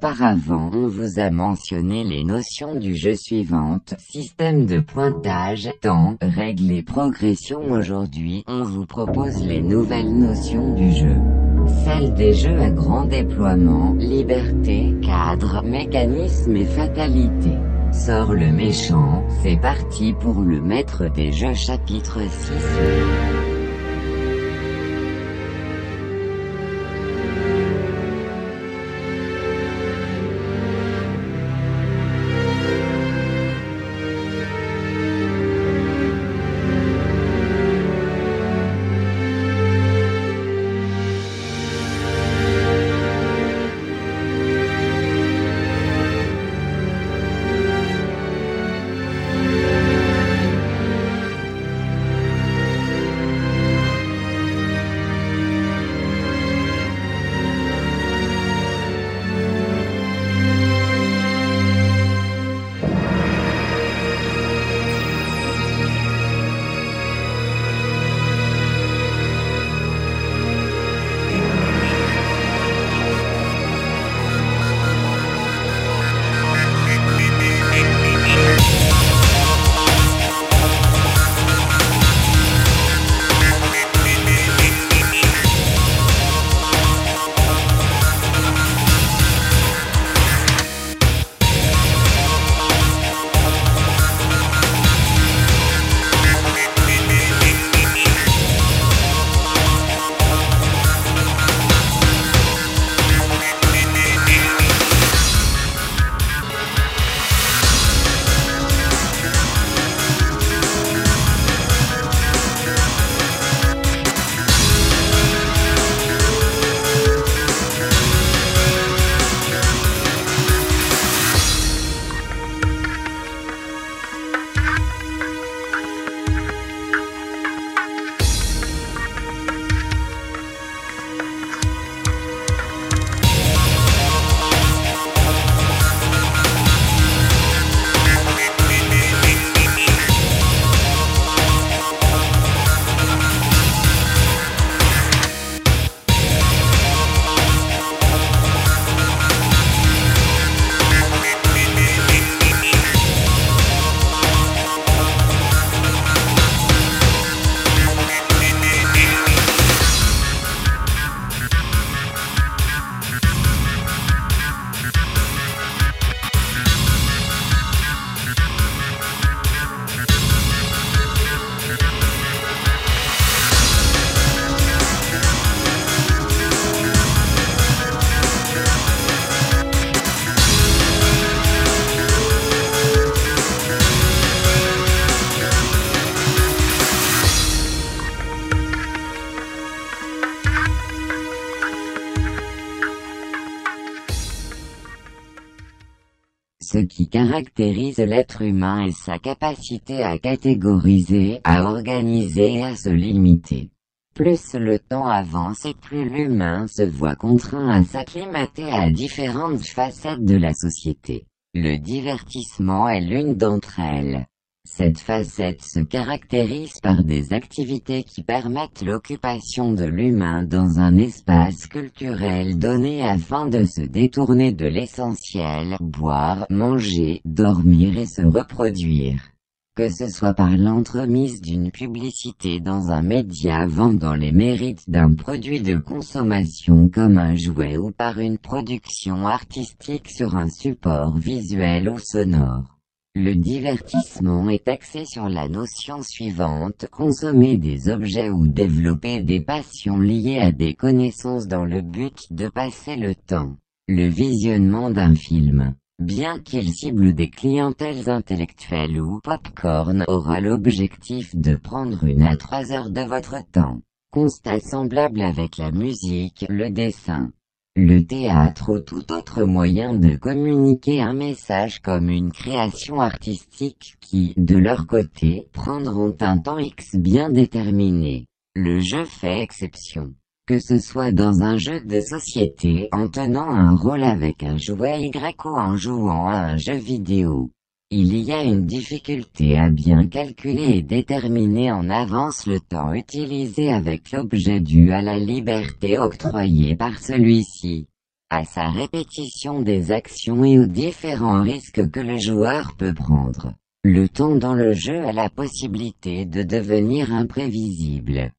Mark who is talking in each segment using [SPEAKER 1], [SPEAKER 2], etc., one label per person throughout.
[SPEAKER 1] Auparavant on vous a mentionné les notions du jeu suivantes: système de pointage, temps, règles et progression. Aujourd'hui on vous propose les nouvelles notions du jeu. Celles des jeux à grand déploiement, liberté, cadre, mécanisme et fatalité. Sort le méchant, c'est parti pour le maître des jeux chapitre 6. Ce qui caractérise l'être humain est sa capacité à catégoriser, à organiser et à se limiter. Plus le temps avance et plus l'humain se voit contraint à s'acclimater à différentes facettes de la société. Le divertissement est l'une d'entre elles. Cette facette se caractérise par des activités qui permettent l'occupation de l'humain dans un espace culturel donné afin de se détourner de l'essentiel: boire, manger, dormir et se reproduire. Que ce soit par l'entremise d'une publicité dans un média vendant les mérites d'un produit de consommation comme un jouet ou par une production artistique sur un support visuel ou sonore. Le divertissement est axé sur la notion suivante: consommer des objets ou développer des passions liées à des connaissances dans le but de passer le temps. Le visionnement d'un film, bien qu'il cible des clientèles intellectuelles ou pop-corn, aura l'objectif de prendre 1 à 3 heures de votre temps. Constat semblable avec la musique, le dessin, le théâtre ou tout autre moyen de communiquer un message comme une création artistique qui, de leur côté, prendront un temps X bien déterminé. Le jeu fait exception. Que ce soit dans un jeu de société en tenant un rôle avec un jouet Y ou en jouant à un jeu vidéo, il y a une difficulté à bien calculer et déterminer en avance le temps utilisé avec l'objet dû à la liberté octroyée par celui-ci. à sa répétition des actions et aux différents risques que le joueur peut prendre. Le temps dans le jeu a la possibilité de devenir imprévisible.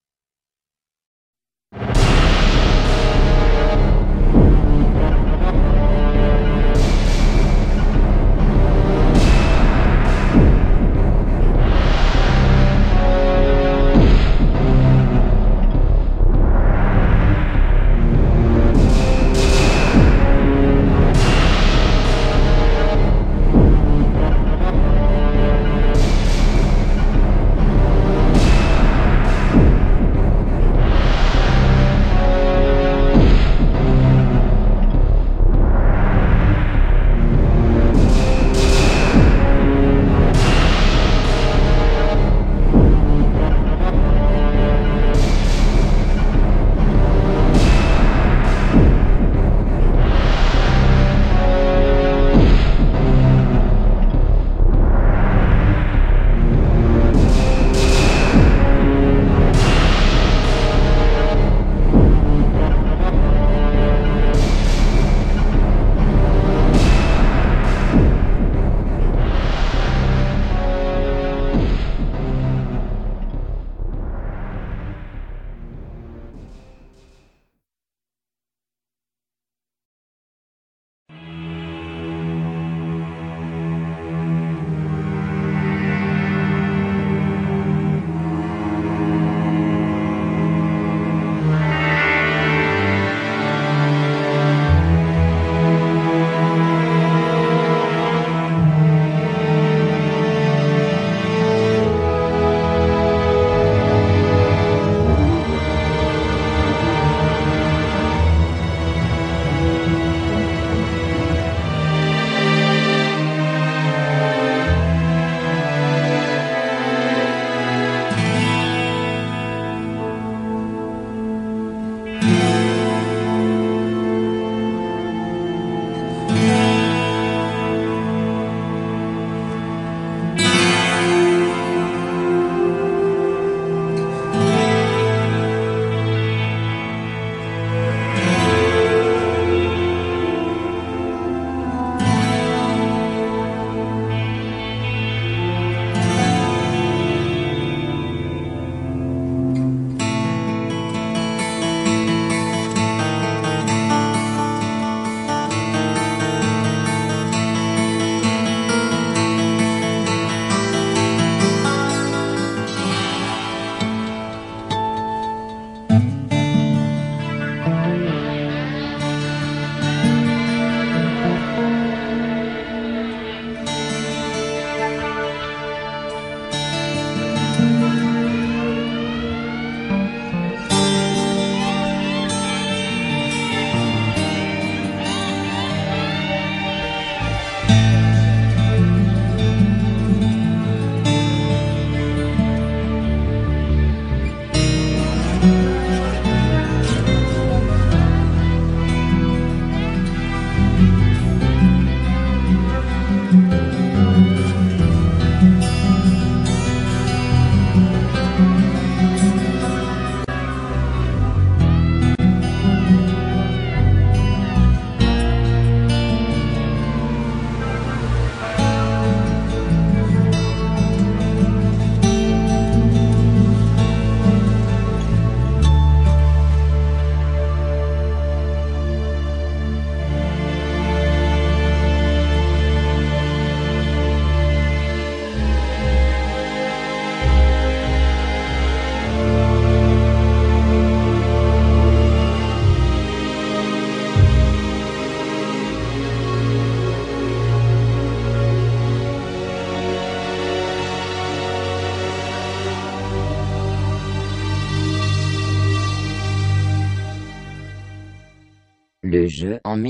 [SPEAKER 1] Le jeu en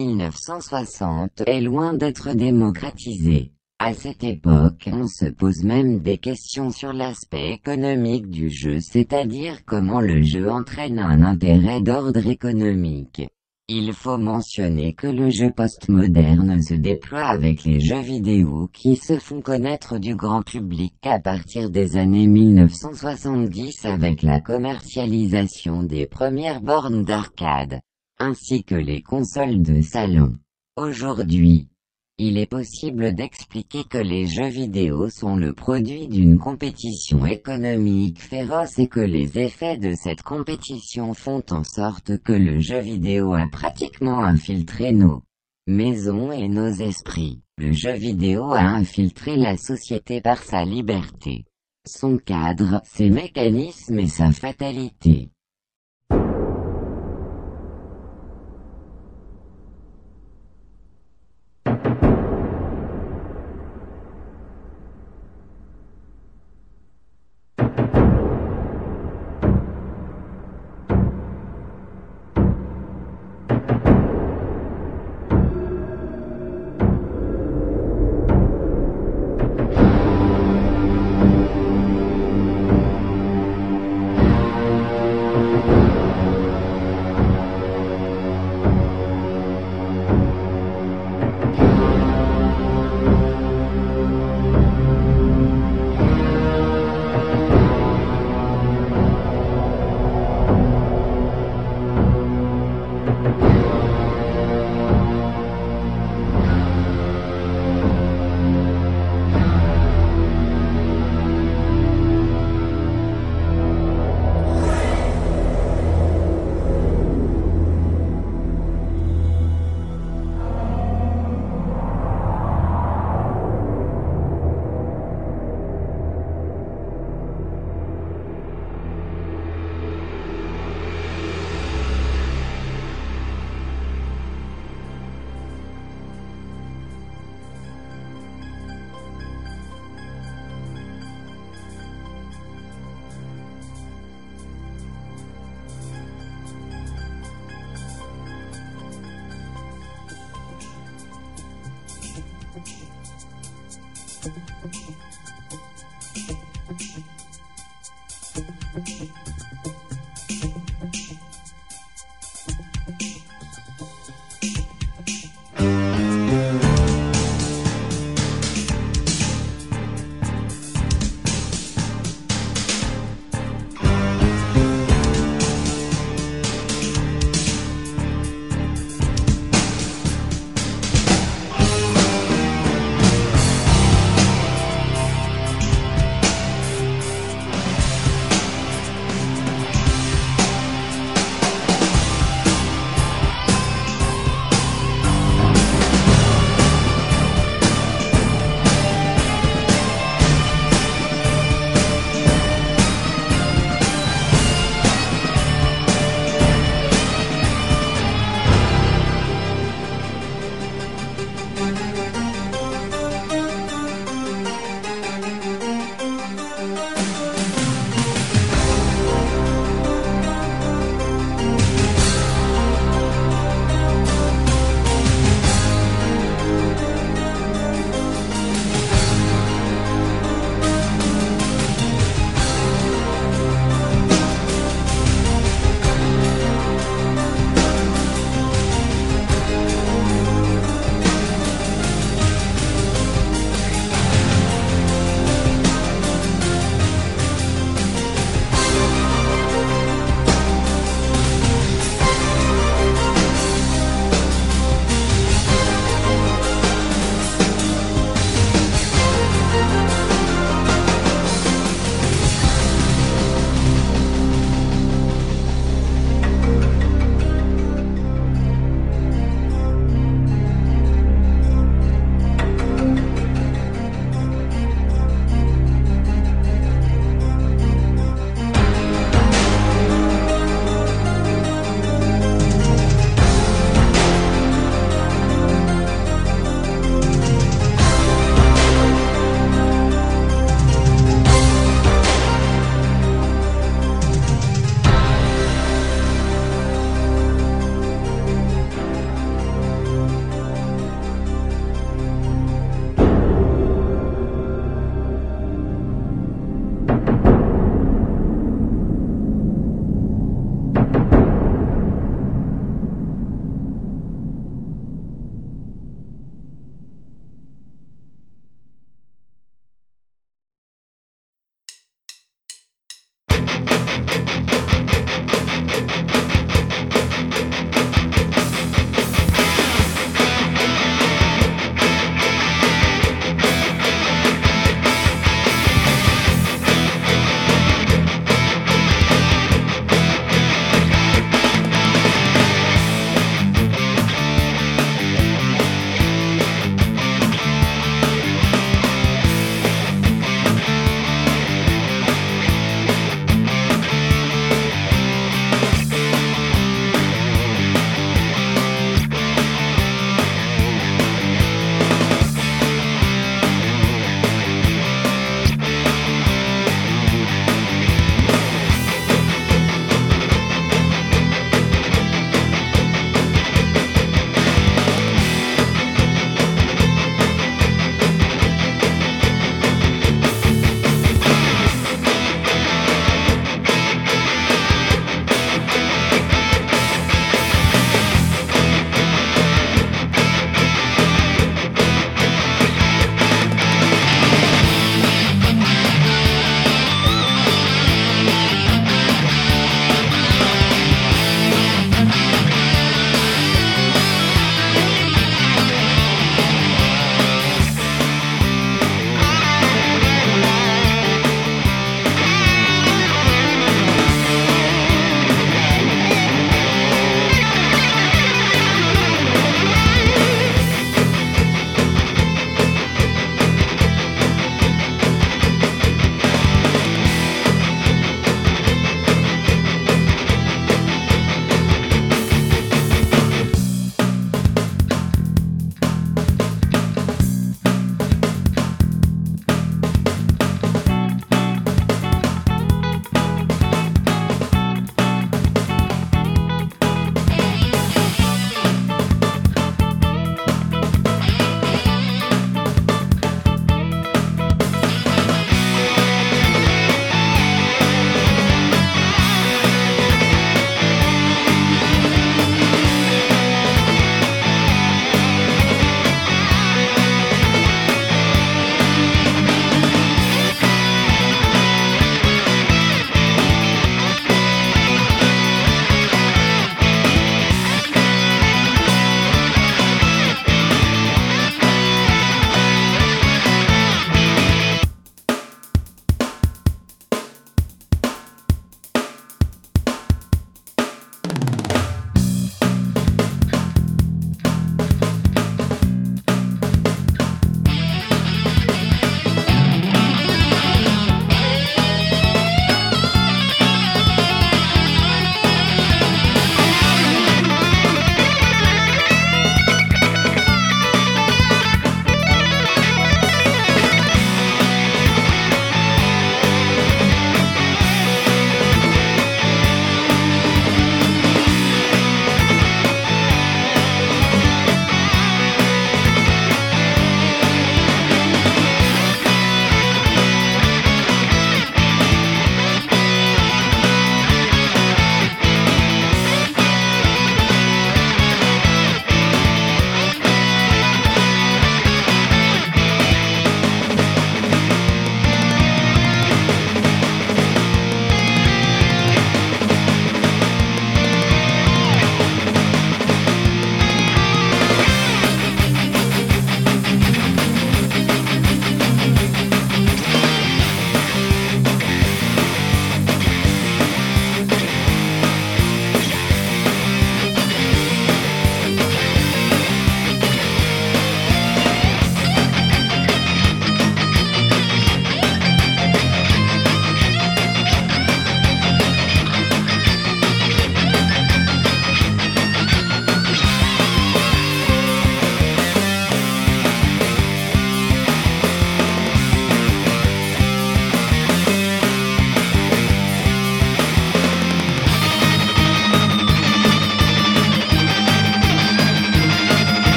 [SPEAKER 1] 1960 est loin d'être démocratisé. À cette époque, on se pose même des questions sur l'aspect économique du jeu, c'est-à-dire comment le jeu entraîne un intérêt d'ordre économique. Il faut mentionner que le jeu postmoderne se déploie avec les jeux vidéo qui se font connaître du grand public à partir des années 1970 avec la commercialisation des premières bornes d'arcade. ainsi que les consoles de salon. Aujourd'hui, il est possible d'expliquer que les jeux vidéo sont le produit d'une compétition économique féroce et que les effets de cette compétition font en sorte que le jeu vidéo a pratiquement infiltré nos maisons et nos esprits. Le jeu vidéo a infiltré la société par sa liberté, son cadre, ses mécanismes et sa fatalité.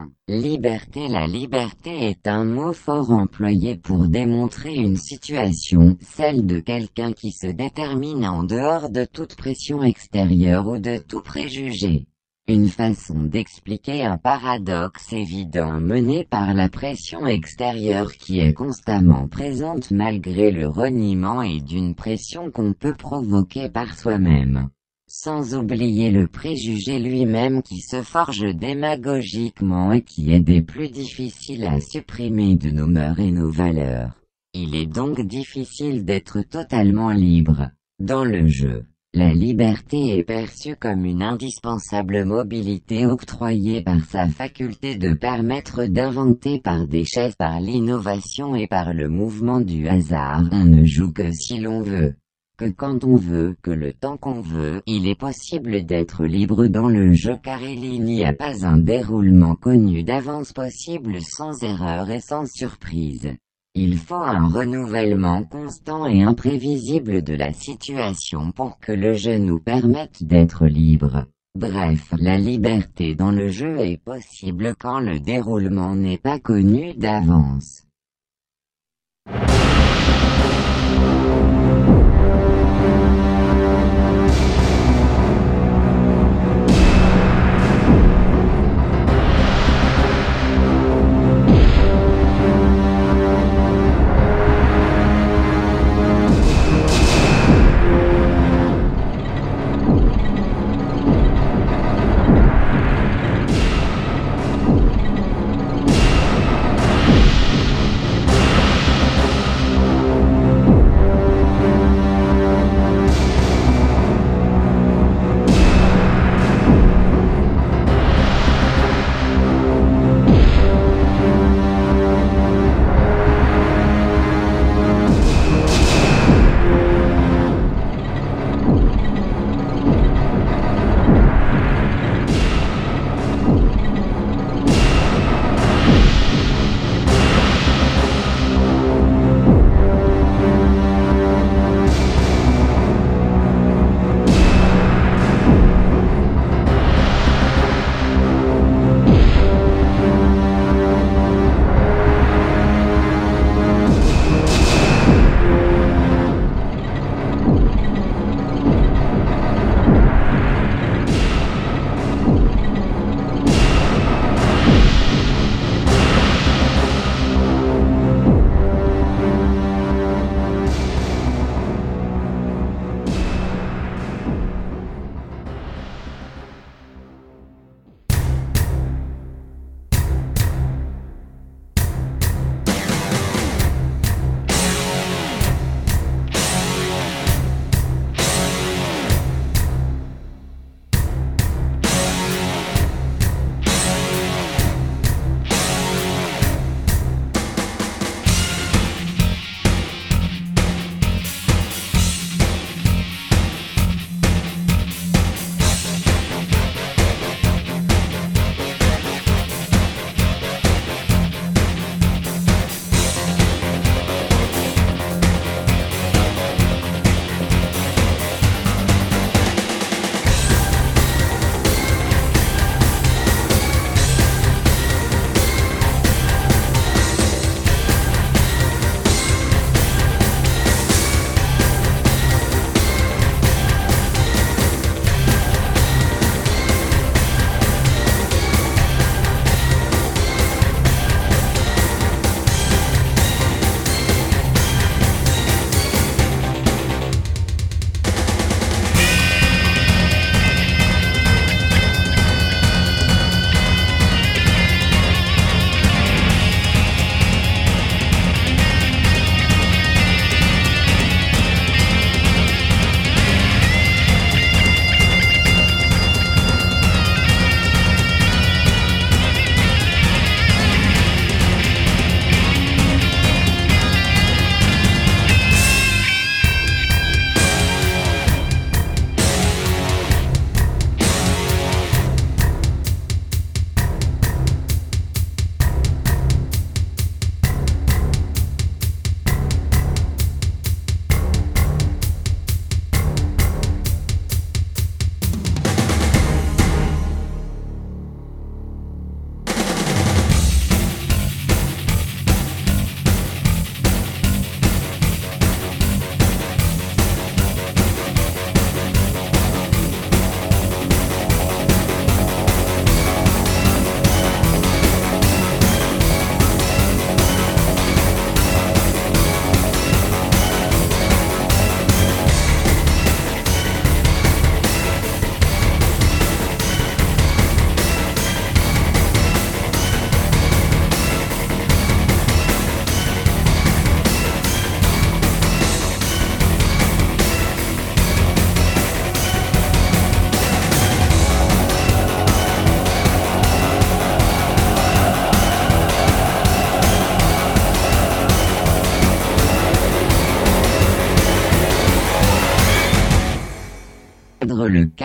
[SPEAKER 1] 1. Liberté. La liberté est un mot fort employé pour démontrer une situation, celle de quelqu'un qui se détermine en dehors de toute pression extérieure ou de tout préjugé. Une façon d'expliquer un paradoxe évident mené par la pression extérieure qui est constamment présente malgré le reniement et d'une pression qu'on peut provoquer par soi-même. Sans oublier le préjugé lui-même qui se forge démagogiquement et qui est des plus difficiles à supprimer de nos mœurs et nos valeurs. Il est donc difficile d'être totalement libre. Dans le jeu, la liberté est perçue comme une indispensable mobilité octroyée par sa faculté de permettre d'inventer par des chaises par l'innovation et par le mouvement du hasard. On ne joue que si l'on veut, que quand on veut, que le temps qu'on veut. Il est possible d'être libre dans le jeu car il n'y a pas un déroulement connu d'avance possible sans erreur et sans surprise. Il faut un renouvellement constant et imprévisible de la situation pour que le jeu nous permette d'être libres. Bref, la liberté dans le jeu est possible quand le déroulement n'est pas connu d'avance.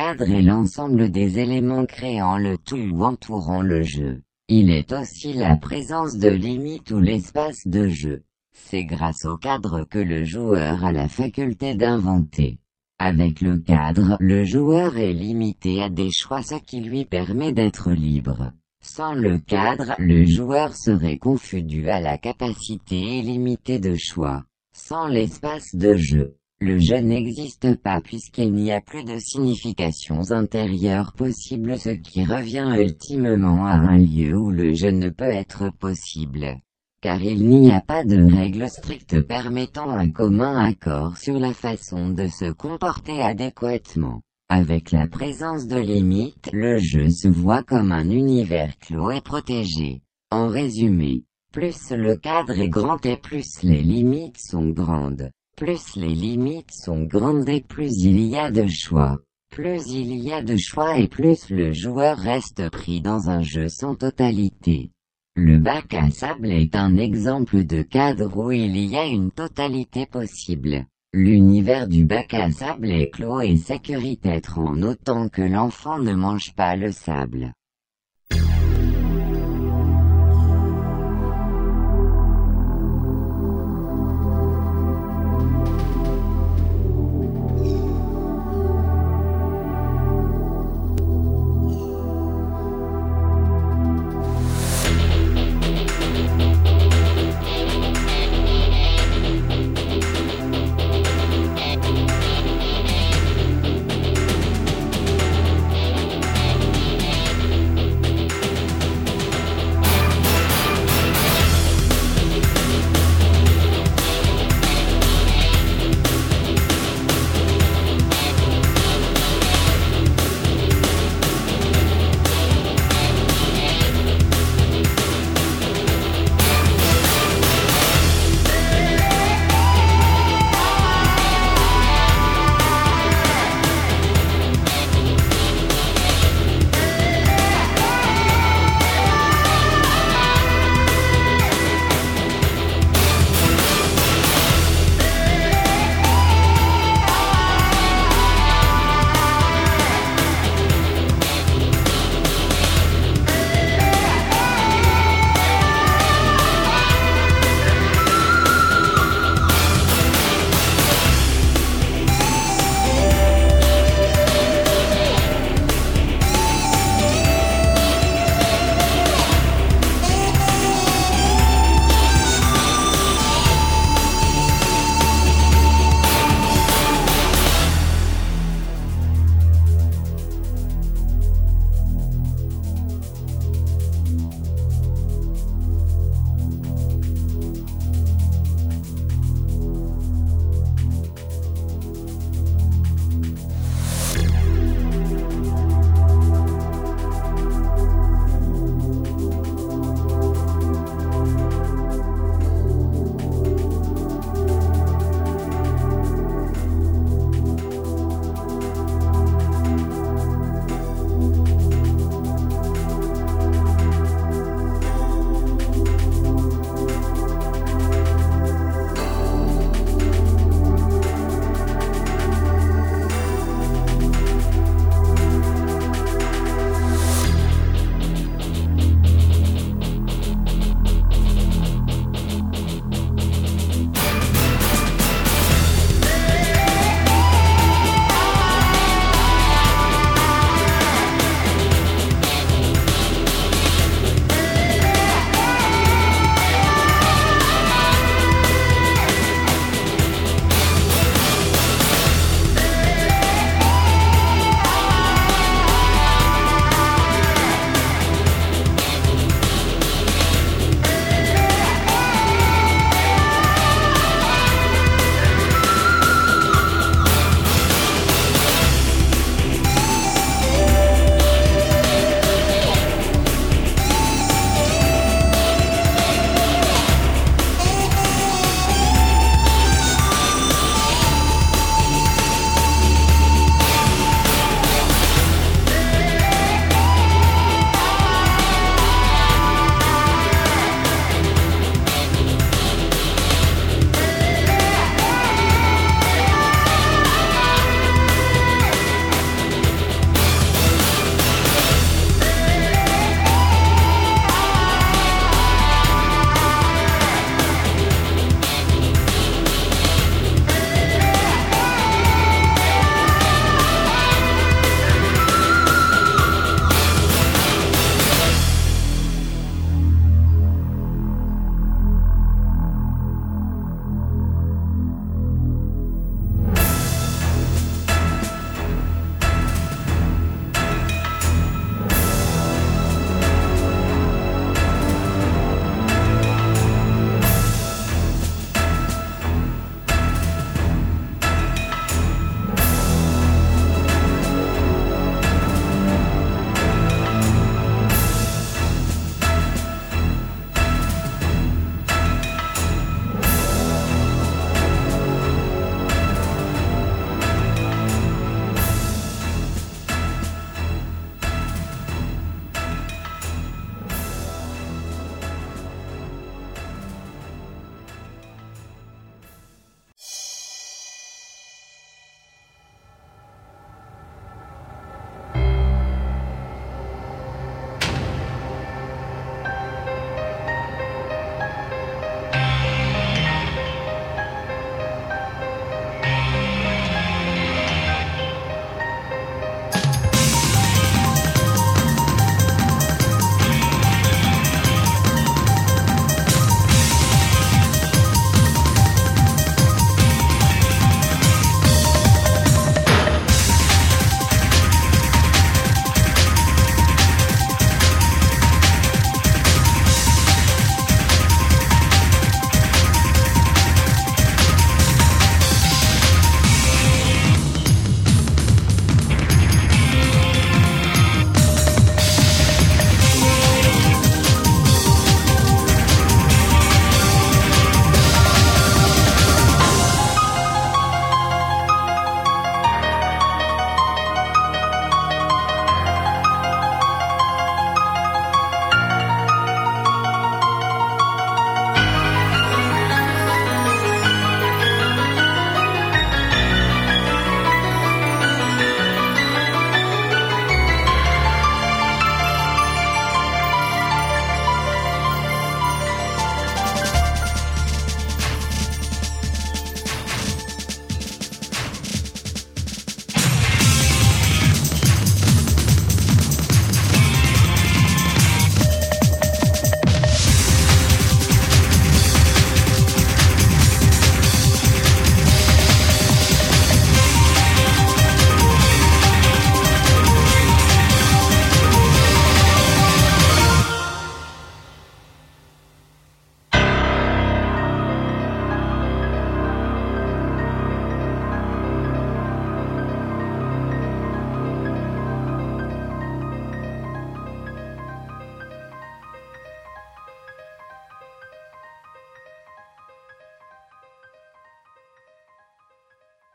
[SPEAKER 1] cadre est l'ensemble des éléments créant le tout ou entourant le jeu. Il est aussi la présence de limites ou l'espace de jeu. C'est grâce au cadre que le joueur a la faculté d'inventer. Avec le cadre, le joueur est limité à des choix, ce qui lui permet d'être libre. Sans le cadre, le joueur serait confus dû à la capacité illimitée de choix. Sans l'espace de jeu, le jeu n'existe pas puisqu'il n'y a plus de significations intérieures possibles, ce qui revient ultimement à un lieu où le jeu ne peut être possible. Car il n'y a pas de règles strictes permettant un commun accord sur la façon de se comporter adéquatement. Avec la présence de limites, le jeu se voit comme un univers clos et protégé. En résumé, plus le cadre est grand et plus les limites sont grandes. Plus les limites sont grandes et plus il y a de choix. Plus il y a de choix et plus le joueur reste pris dans un jeu sans totalité. Le bac à sable est un exemple de cadre où il y a une totalité possible. L'univers du bac à sable est clos et sécuritaire en autant que l'enfant ne mange pas le sable.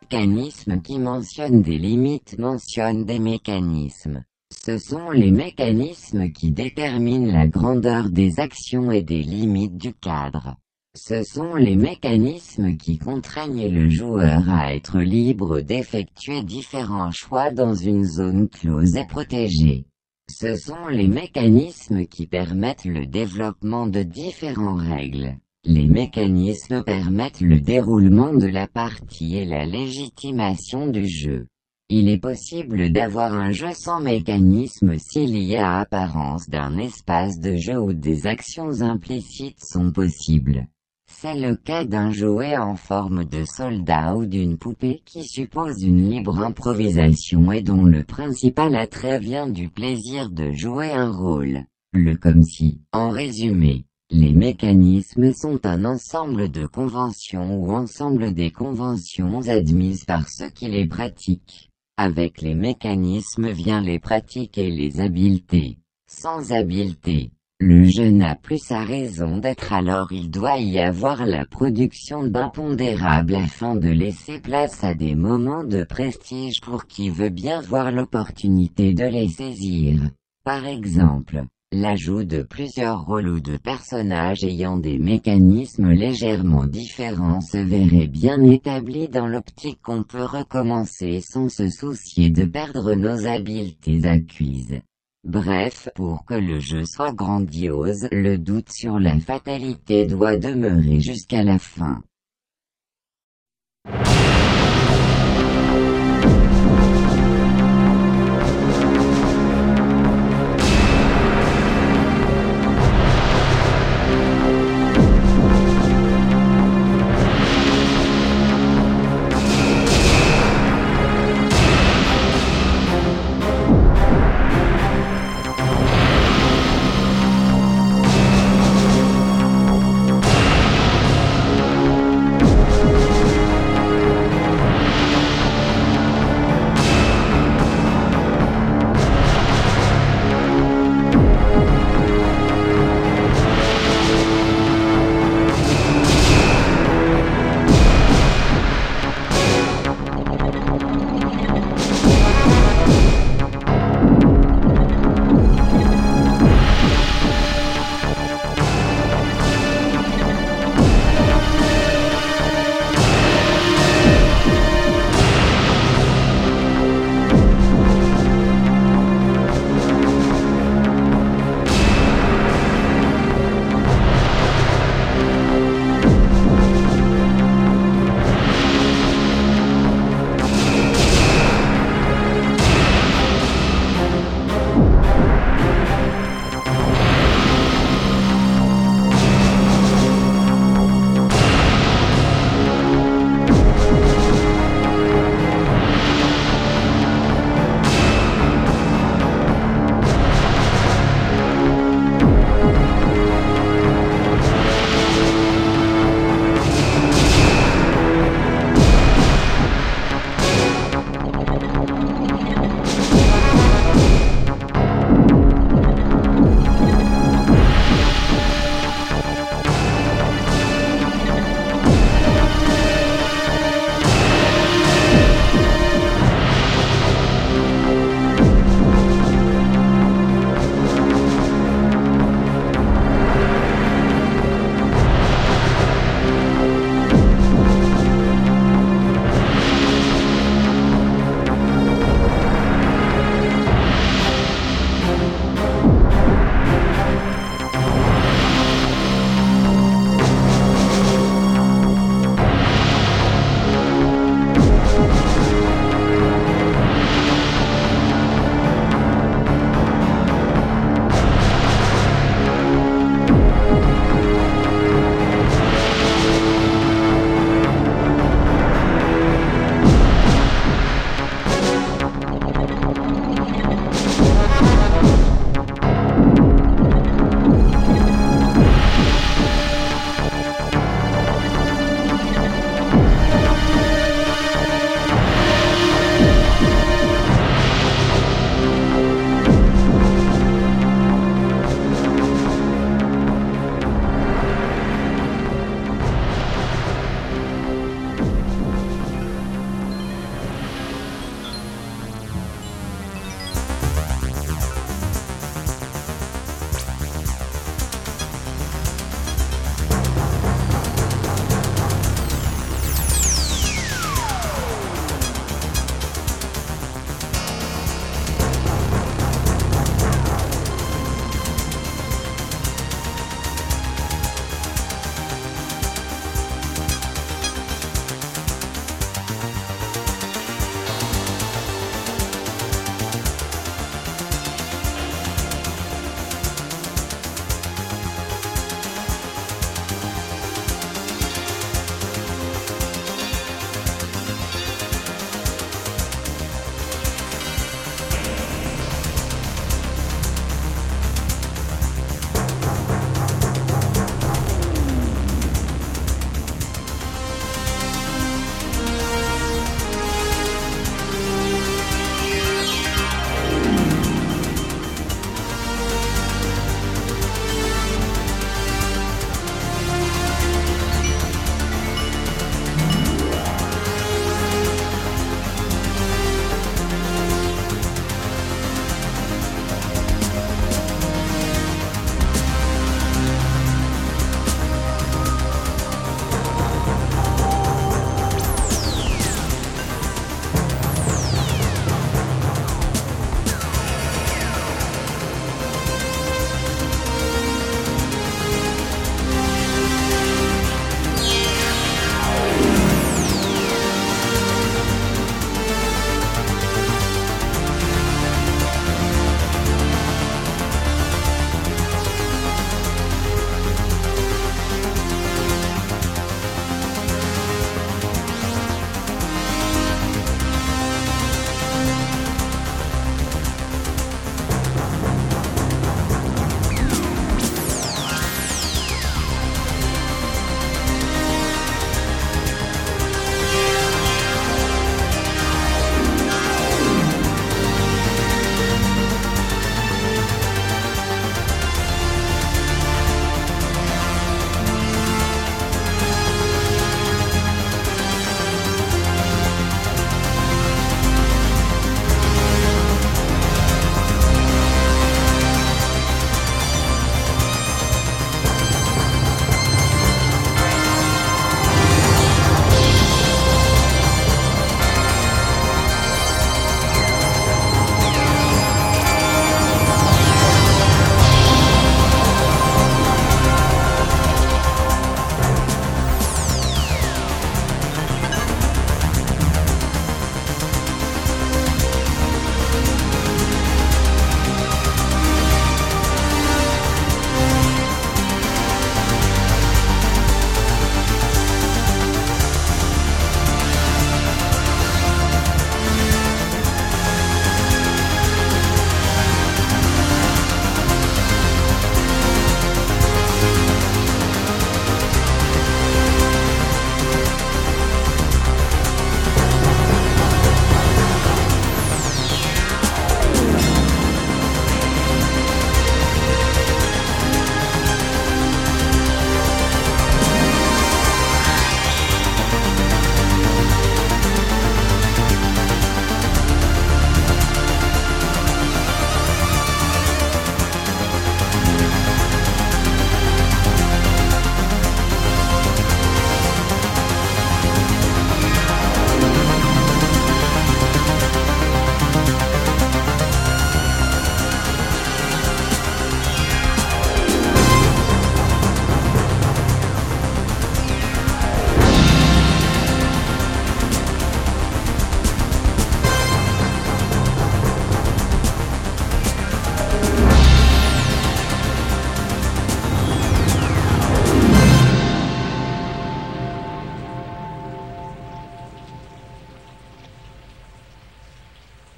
[SPEAKER 1] mécanismes qui mentionnent des limites mentionnent des mécanismes. Ce sont les mécanismes qui déterminent la grandeur des actions et des limites du cadre. Ce sont les mécanismes qui contraignent le joueur à être libre d'effectuer différents choix dans une zone close et protégée. Ce sont les mécanismes qui permettent le développement de différentes règles. Les mécanismes permettent le déroulement de la partie et la légitimation du jeu. Il est possible d'avoir un jeu sans mécanisme s'il y a apparence d'un espace de jeu où des actions implicites sont possibles. C'est le cas d'un jouet en forme de soldat ou d'une poupée qui suppose une libre improvisation et dont le principal attrait vient du plaisir de jouer un rôle. Le comme si, en résumé, les mécanismes sont un ensemble de conventions ou ensemble des conventions admises par ceux qui les pratiquent. Avec les mécanismes vient les pratiques et les habiletés. Sans habileté, le jeu n'a plus sa raison d'être, alors il doit y avoir la production d'impondérables afin de laisser place à des moments de prestige pour qui veut bien voir l'opportunité de les saisir. Par exemple, l'ajout de plusieurs rôles ou de personnages ayant des mécanismes légèrement différents se verrait bien établi dans l'optique qu'on peut recommencer sans se soucier de perdre nos habiletés acquises. Bref, pour que le jeu soit grandiose, le doute sur la fatalité doit demeurer jusqu'à la fin.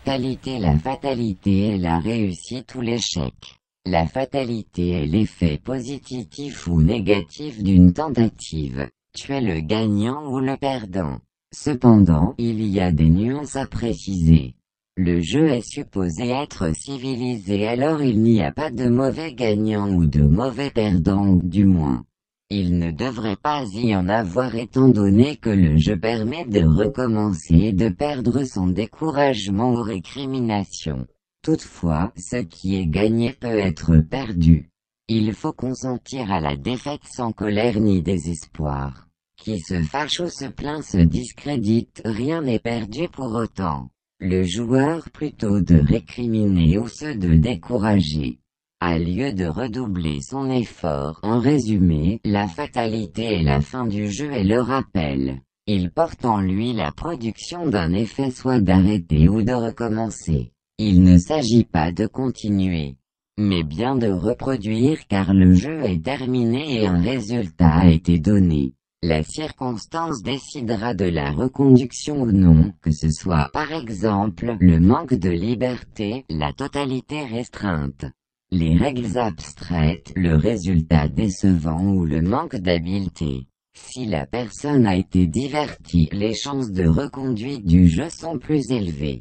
[SPEAKER 1] fatalité. La fatalité est la réussite ou l'échec. La fatalité est l'effet positif ou négatif d'une tentative. Tu es le gagnant ou le perdant. Cependant, il y a des nuances à préciser. Le jeu est supposé être civilisé, alors il n'y a pas de mauvais gagnant ou de mauvais perdant, ou du moins. Il ne devrait pas y en avoir étant donné que le jeu permet de recommencer et de perdre sans découragement ou récrimination. Toutefois, ce qui est gagné peut être perdu. Il faut consentir à la défaite sans colère ni désespoir. Qui se fâche ou se plaint se discrédite, rien n'est perdu pour autant. Le joueur plutôt de récriminer ou se de décourager, a lieu de redoubler son effort. En résumé, la fatalité est la fin du jeu et le rappel. Il porte en lui la production d'un effet, soit d'arrêter ou de recommencer. Il ne s'agit pas de continuer, mais bien de reproduire car le jeu est terminé et un résultat a été donné. La circonstance décidera de la reconduction ou non, que ce soit par exemple le manque de liberté, la totalité restreinte, les règles abstraites, le résultat décevant ou le manque d'habileté. Si la personne a été divertie, les chances de reconduite du jeu sont plus élevées.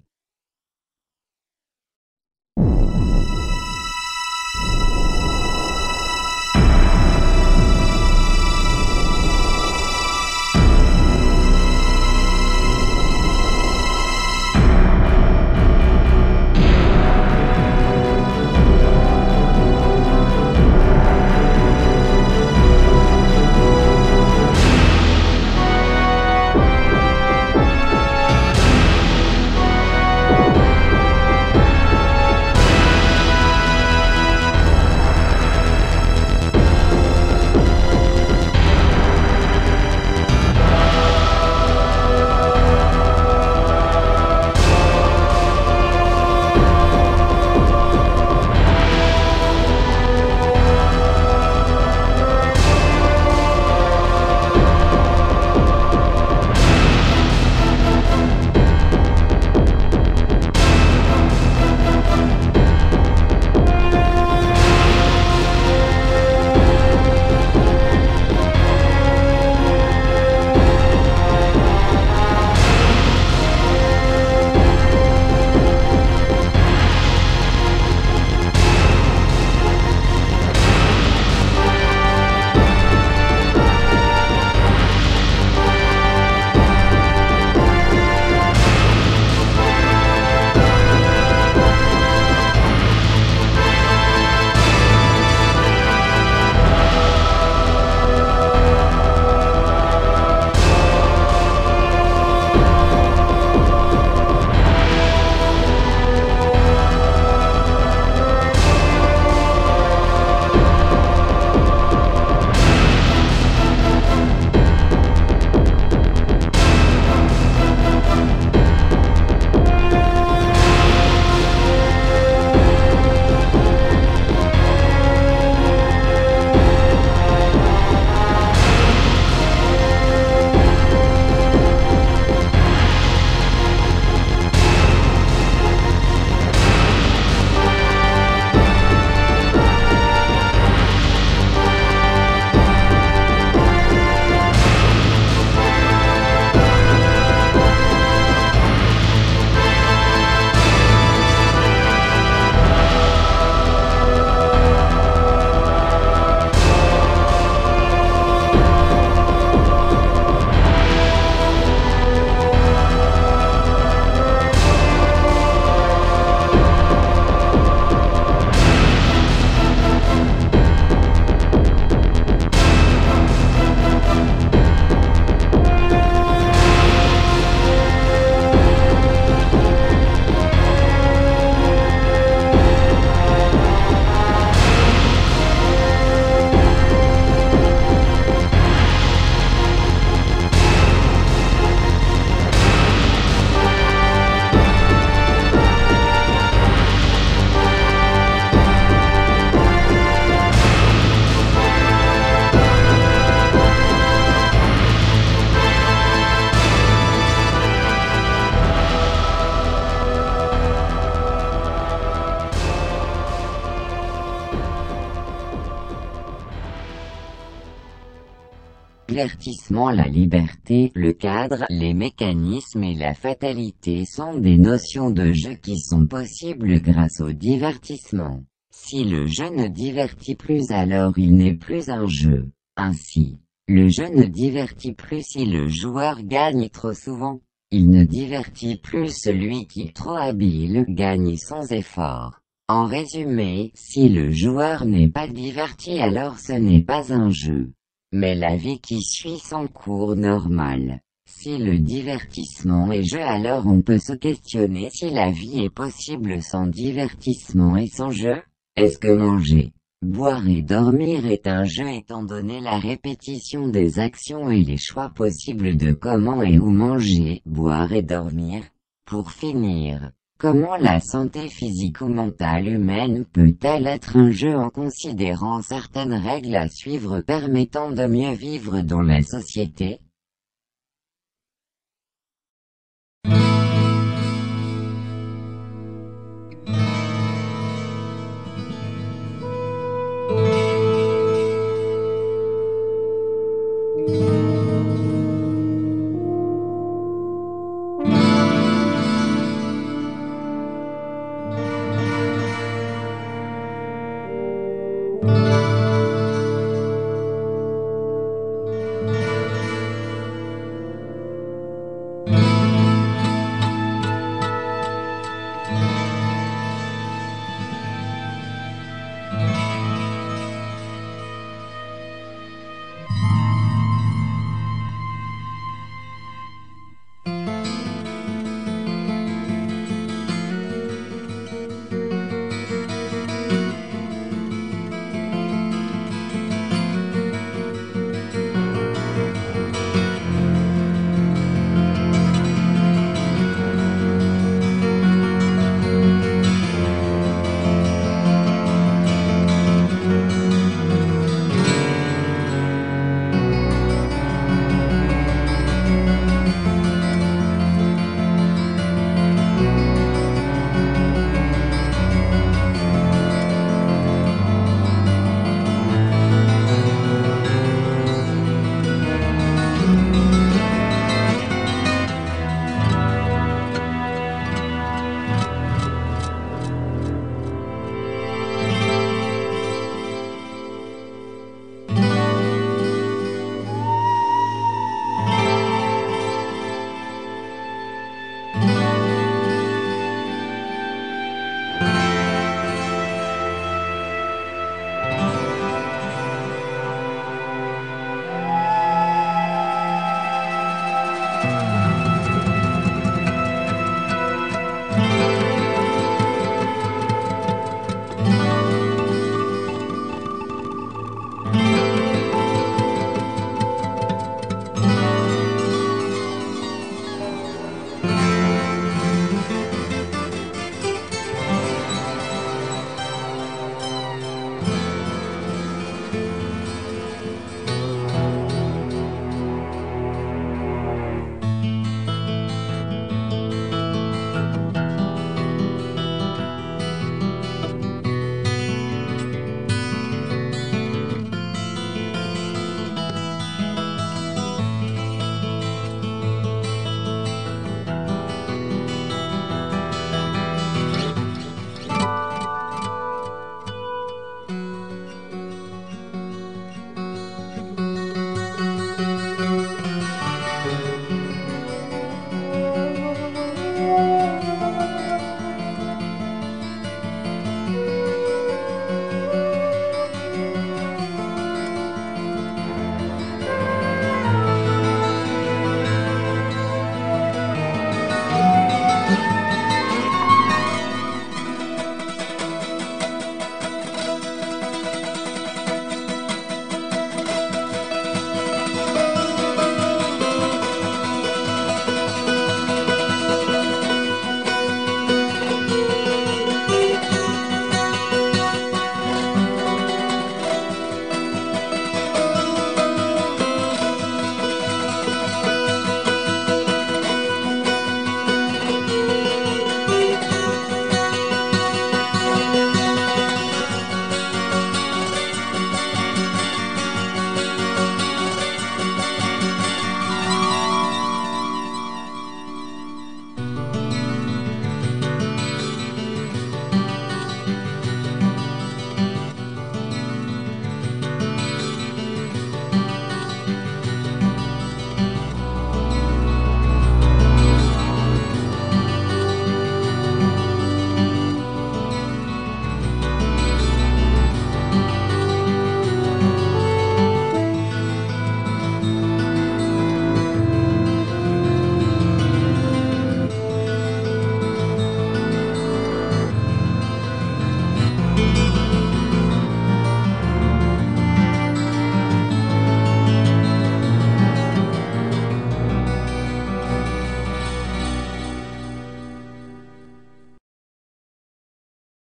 [SPEAKER 1] divertissement, la liberté, le cadre, les mécanismes et la fatalité sont des notions de jeu qui sont possibles grâce au divertissement. Si le jeu ne divertit plus, alors il n'est plus un jeu. Ainsi, le jeu ne divertit plus si le joueur gagne trop souvent. Il ne divertit plus celui qui, trop habile, gagne sans effort. En résumé, si le joueur n'est pas diverti, alors ce n'est pas un jeu, mais la vie qui suit son cours normal. Si le divertissement est jeu, alors on peut se questionner si la vie est possible sans divertissement et sans jeu. Est-ce que manger, boire et dormir est un jeu étant donné la répétition des actions et les choix possibles de comment et où manger, boire et dormir? Pour finir, comment la santé physico-mentale humaine peut-elle être un jeu en considérant certaines règles à suivre permettant de mieux vivre dans la société?